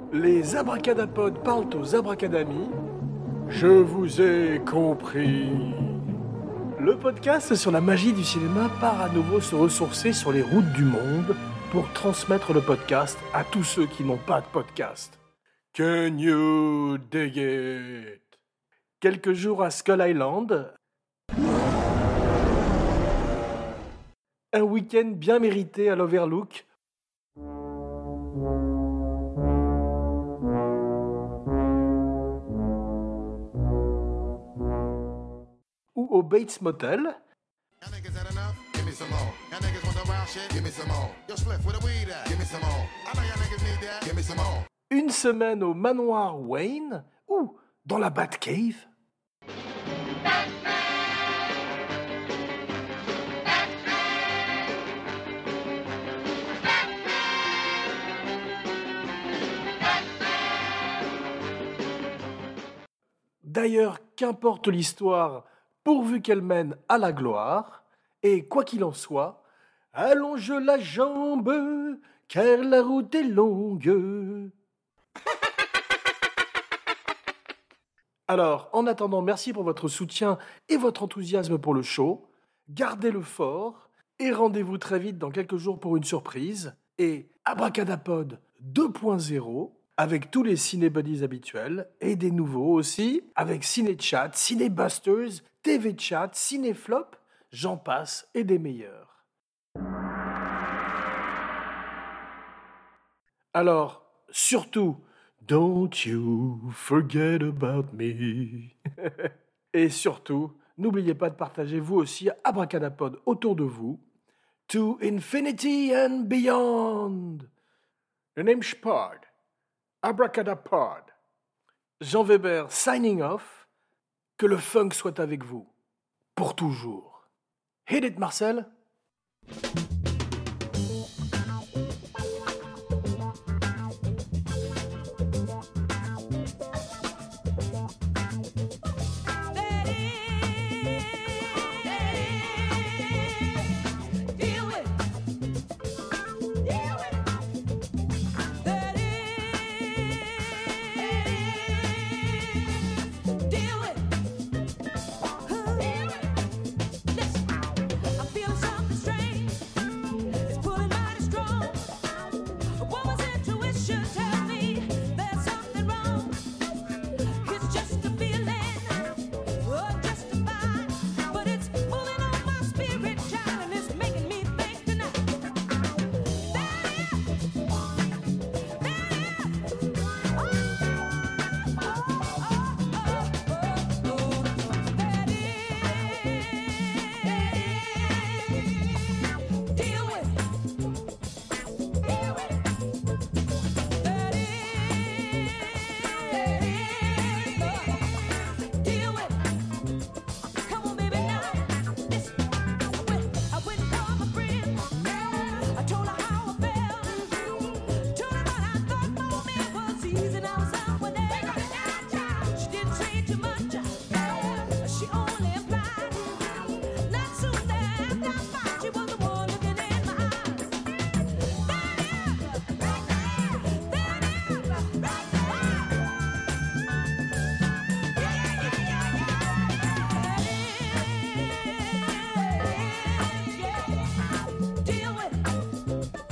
Les abracadapodes parlent aux abracadamis. Je vous ai compris. Le podcast sur la magie du cinéma part à nouveau se ressourcer sur les routes du monde pour transmettre le podcast à tous ceux qui n'ont pas de podcast. Can you dig it? Quelques jours à Skull Island. Un week-end bien mérité à l'Overlook. Ou au Bates Motel. Une semaine au manoir Wayne ou dans la Batcave. D'ailleurs, qu'importe l'histoire, pourvu qu'elle mène à la gloire, et quoi qu'il en soit, allonge la jambe, car la route est longue. Alors, en attendant, merci pour votre soutien et votre enthousiasme pour le show. Gardez-le fort et rendez-vous très vite dans quelques jours pour une surprise. Et Abracadapod 2.0 avec tous les cinébuddies habituels et des nouveaux aussi avec Cinéchat, Cinébusters, TV Chat, Cinéflop, j'en passe et des meilleurs. Alors, surtout, don't you forget about me. Et surtout, n'oubliez pas de partager vous aussi Abracadapod autour de vous. To infinity and beyond. Le name Spard. Abracadapod. Jean Weber signing off. Que le funk soit avec vous. Pour toujours. Hit it, Marcel.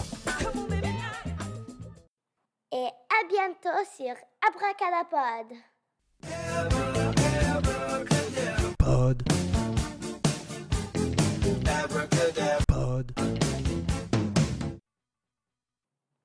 Et à bientôt sur Abracadapod.